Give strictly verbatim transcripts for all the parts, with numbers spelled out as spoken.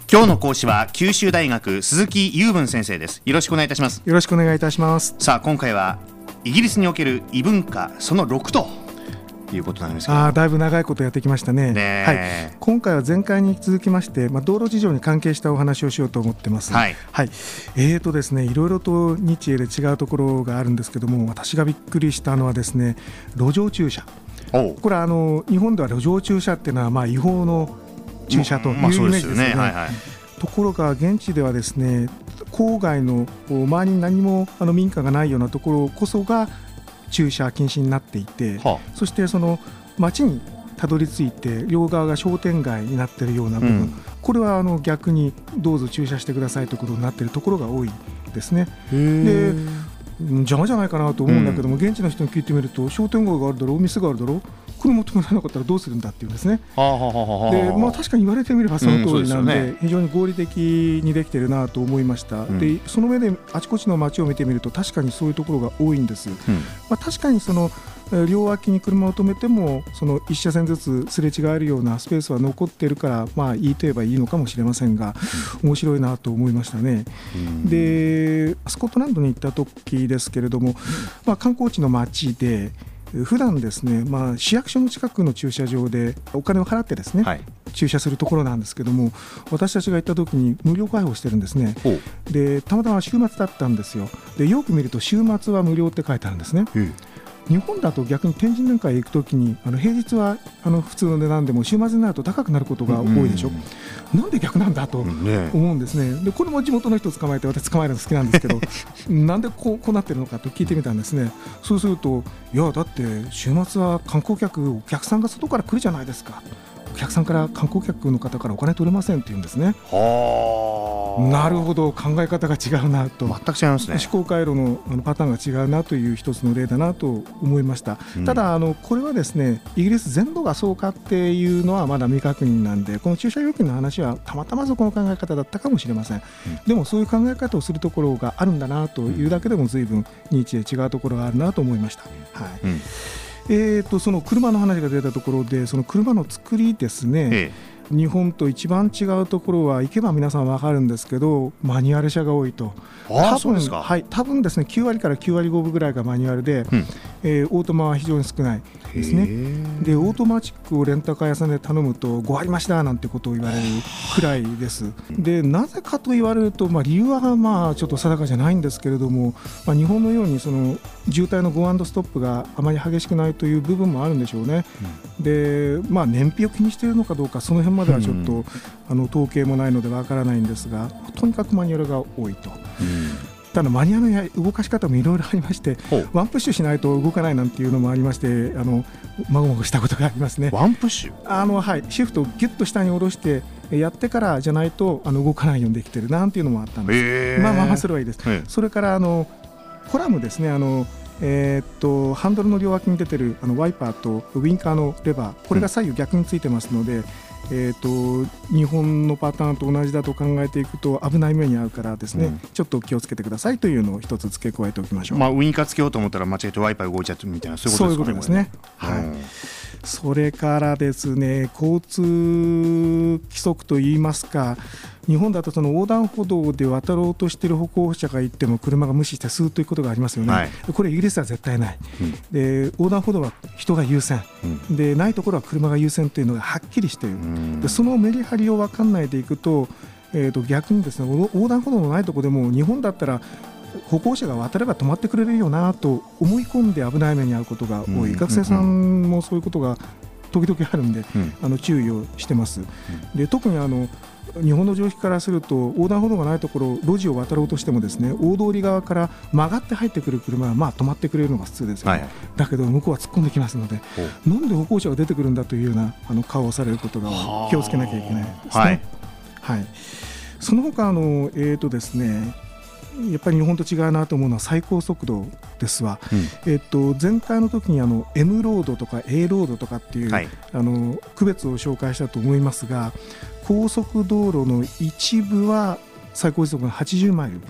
今日の講師は九州大学鈴木雄文先生です。よろしくお願いいたします。 よろしくお願いいたします。 さあ今回はイギリスにおける異文化そのろくということなんですけど、 あだいぶ長いことやってきましたね。 ねはい、今回は前回に続きまして、まあ、道路事情に関係したお話をしようと思ってます。 はい、 はい、えーとですねいろいろと日英で違うところがあるんですけども、私がびっくりしたのはですね路上駐車。これはあの日本では路上駐車っていうのはまあ違法の駐車というイメージですよね。ところが現地ではですね郊外の周りに何もあの民家がないようなところこそが駐車禁止になっていて、はあ、そしてその町にたどり着いて両側が商店街になっているような部分、うん、これはあの逆にどうぞ駐車してくださいということになっているところが多いですね。で邪魔じゃないかなと思うんだけども、うん、現地の人に聞いてみると商店街があるだろう、店があるだろう、これ求められなかったらどうするんだっていうんですね。で、まあ、確かに言われてみればその通りなんで、うん、そうですよね、非常に合理的にできているなと思いました。うん、でその上であちこちの街を見てみると確かにそういうところが多いんです。うん、まあ、確かにその両脇に車を止めてもそのいっ車線ずつすれ違えるようなスペースは残っているから、まあ、いいと言えばいいのかもしれませんが、うん、面白いなと思いましたね。うん、でスコットランドに行った時ですけれども、まあ、観光地の街で普段ですね、まあ、市役所の近くの駐車場でお金を払ってですね、はい、駐車するところなんですけども、私たちが行った時に無料開放してるんですね。でたまたま週末だったんですよ。でよく見ると週末は無料って書いてあるんですね。うん、日本だと逆に天神殿会へ行くときにあの平日はあの普通の値段でも週末になると高くなることが多いでしょ。うん、なんで逆なんだと思うんですね。でこれも地元の人を捕まえて、私捕まえるの好きなんですけどなんでこう、こうなってるのかと聞いてみたんですね。そうするといやだって週末は観光客お客さんが外から来るじゃないですか、お客さんから観光客の方からお金取れませんって言うんですね。はなるほど、考え方が違うなと。 全く違いますね。 思考回路 の, あのパターンが違うなという一つの例だなと思いました。うん、ただあのこれはですねイギリス全土がそうかっていうのはまだ未確認なんで、この駐車料金の話はたまたまそこの考え方だったかもしれません。うん、でもそういう考え方をするところがあるんだなというだけでも随分日英違うところがあるなと思いました。はい。うん、えー、とその車の話が出たところで、その車の作りですね、ええ、日本と一番違うところは行けば皆さん分かるんですけど、マニュアル車が多いと。 ああ、そうですか。 はい、多分ですねきゅう割からきゅう割ごぶぐらいがマニュアルで、うん、えー、オートマは非常に少ないですね。でオートマチックをレンタカー屋さんで頼むとご割増しだなんてことを言われるくらいです。でなぜかと言われると、まあ、理由はまあちょっと定かじゃないんですけれども、まあ、日本のようにその渋滞のゴーアンドストップがあまり激しくないという部分もあるんでしょうね。うん、で、まあ、燃費を気にしているのかどうかその辺まではちょっと、うん、あの統計もないのでわからないんですが、とにかくマニュアルが多いと。うん、ただマニュアルや動かし方もいろいろありまして、ワンプッシュしないと動かないなんていうのもありまして、あのまごまごしたことがありますね。 ワンプッシュあの、はい、シフトをギュッと下に下ろしてやってからじゃないとあの動かないようにできてるなんていうのもあったんです。まあまあまあそれはいいです。それからあのコラムですね、あのえー、っとハンドルの両脇に出てるあのワイパーとウィンカーのレバー、これが左右逆についてますので、うん、えー、と日本のパターンと同じだと考えていくと危ない目に遭うからですね、うん、ちょっと気をつけてくださいというのを一つ付け加えておきましょう。 まあ、ウインカーつけようと思ったら間違えてワイパー動いちゃってみたいな、そういうことですかね。 そういうことですね。はい。それからですね、交通規則といいますか、日本だとその横断歩道で渡ろうとしている歩行者がいっても車が無視して吸うということがありますよね。はい、これイギリスは絶対ない。うん、で横断歩道は人が優先、うん、でないところは車が優先というのがはっきりしている。うん、でそのメリハリを分かんないでいくと、えー、と逆にですね横断歩道のないところでも日本だったら歩行者が渡れば止まってくれるよなと思い込んで危ない目に遭うことが多い。うん、学生さんもそういうことが時々あるんで、うん、あの注意をしてます。うん、で特にあの日本の常識からすると横断歩道がないところ路地を渡ろうとしてもですね大通り側から曲がって入ってくる車はまあ止まってくれるのが普通ですよね。はい、だけど向こうは突っ込んできますので、なんで歩行者が出てくるんだというようなあの顔をされることが気をつけなきゃいけないですね。はいはい、その他あの、えーとですねやっぱり日本と違うなと思うのは最高速度ですわ。うん、えっと、前回の時にあの M ロードとか A ロードとかっていう、はい、あの区別を紹介したと思いますが、高速道路の一部は最高時速がはちじゅうマイル、うん、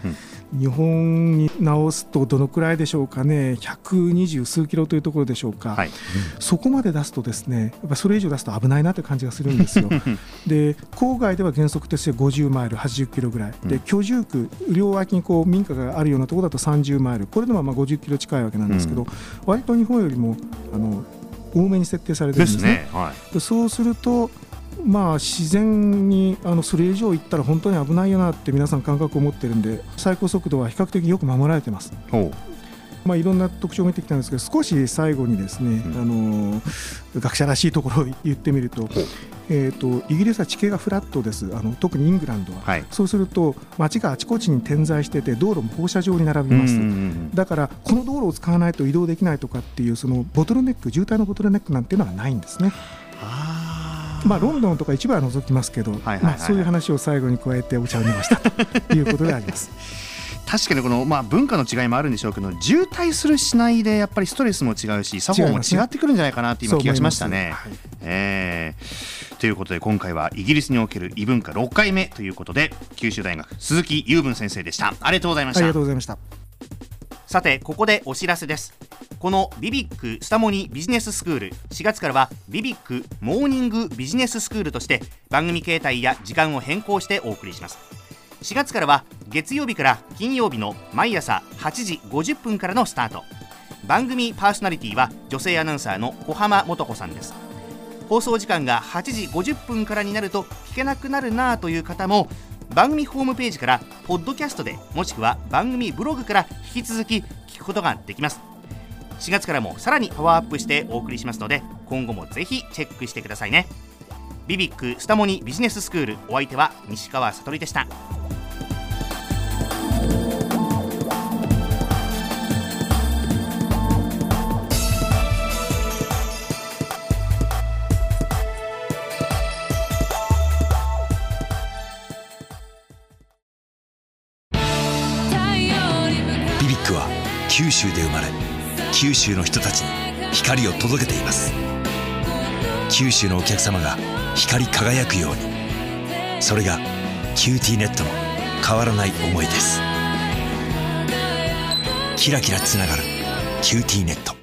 日本に直すとどのくらいでしょうかね、ひゃくにじゅう数キロというところでしょうか、はい、うん、そこまで出すとですね、やっぱそれ以上出すと危ないなという感じがするんですよで郊外では原則としてごじゅうマイルはちじゅっキロぐらいで、居住区両脇にこう民家があるようなところだとさんじゅうマイル、これでもまあごじゅっキロ近いわけなんですけど、うん、割と日本よりもあの多めに設定されてるんですね。ですね、はい、でそうするとまあ自然にあのそれ以上行ったら本当に危ないよなって皆さん感覚を持ってるんで、最高速度は比較的よく守られてます。まあ、いろんな特徴を見てきたんですけど、少し最後にですね、うん、あの学者らしいところを言ってみると、えー、とイギリスは地形がフラットです。あの特にイングランドは、はい、そうすると街があちこちに点在してて道路も放射状に並びます。うんうんうん、だからこの道路を使わないと移動できないとかっていうそのボトルネック、渋滞のボトルネックなんていうのはないんですね。あ、まあ、ロンドンとか一部は除きますけど、はいはいはいはい、まあ、そういう話を最後に加えてお茶を飲みましたということであります確かにこの、まあ、文化の違いもあるんでしょうけど、渋滞するしないでやっぱりストレスも違うし作法も違ってくるんじゃないかなって今気がしましたね。はい、えー、ということで今回はイギリスにおける異文化ろっかいめということで、九州大学鈴木雄文先生でした。ありがとうございました。 ありがとうございました。 さてここでお知らせです。このビビックスタモニビジネススクール、しがつからはビビックモーニングビジネススクールとして番組形態や時間を変更してお送りします。しがつからは月曜日から金曜日の毎朝はちじごじゅっぷんからのスタート。番組パーソナリティは女性アナウンサーの小浜素子さんです。放送時間がはちじごじゅっぷんからになると聞けなくなるなという方も、番組ホームページからポッドキャストで、もしくは番組ブログから引き続き聞くことができます。しがつからもさらにパワーアップしてお送りしますので、今後もぜひチェックしてくださいね。ビビックスタモニビジネススクール、お相手は西川悟でした。 ビビックは九州で生まれ、九州の人たちに光を届けています。九州のお客様が光り輝くように、それがキューティーネットの変わらない思いです。キラキラつながるキューティーネット。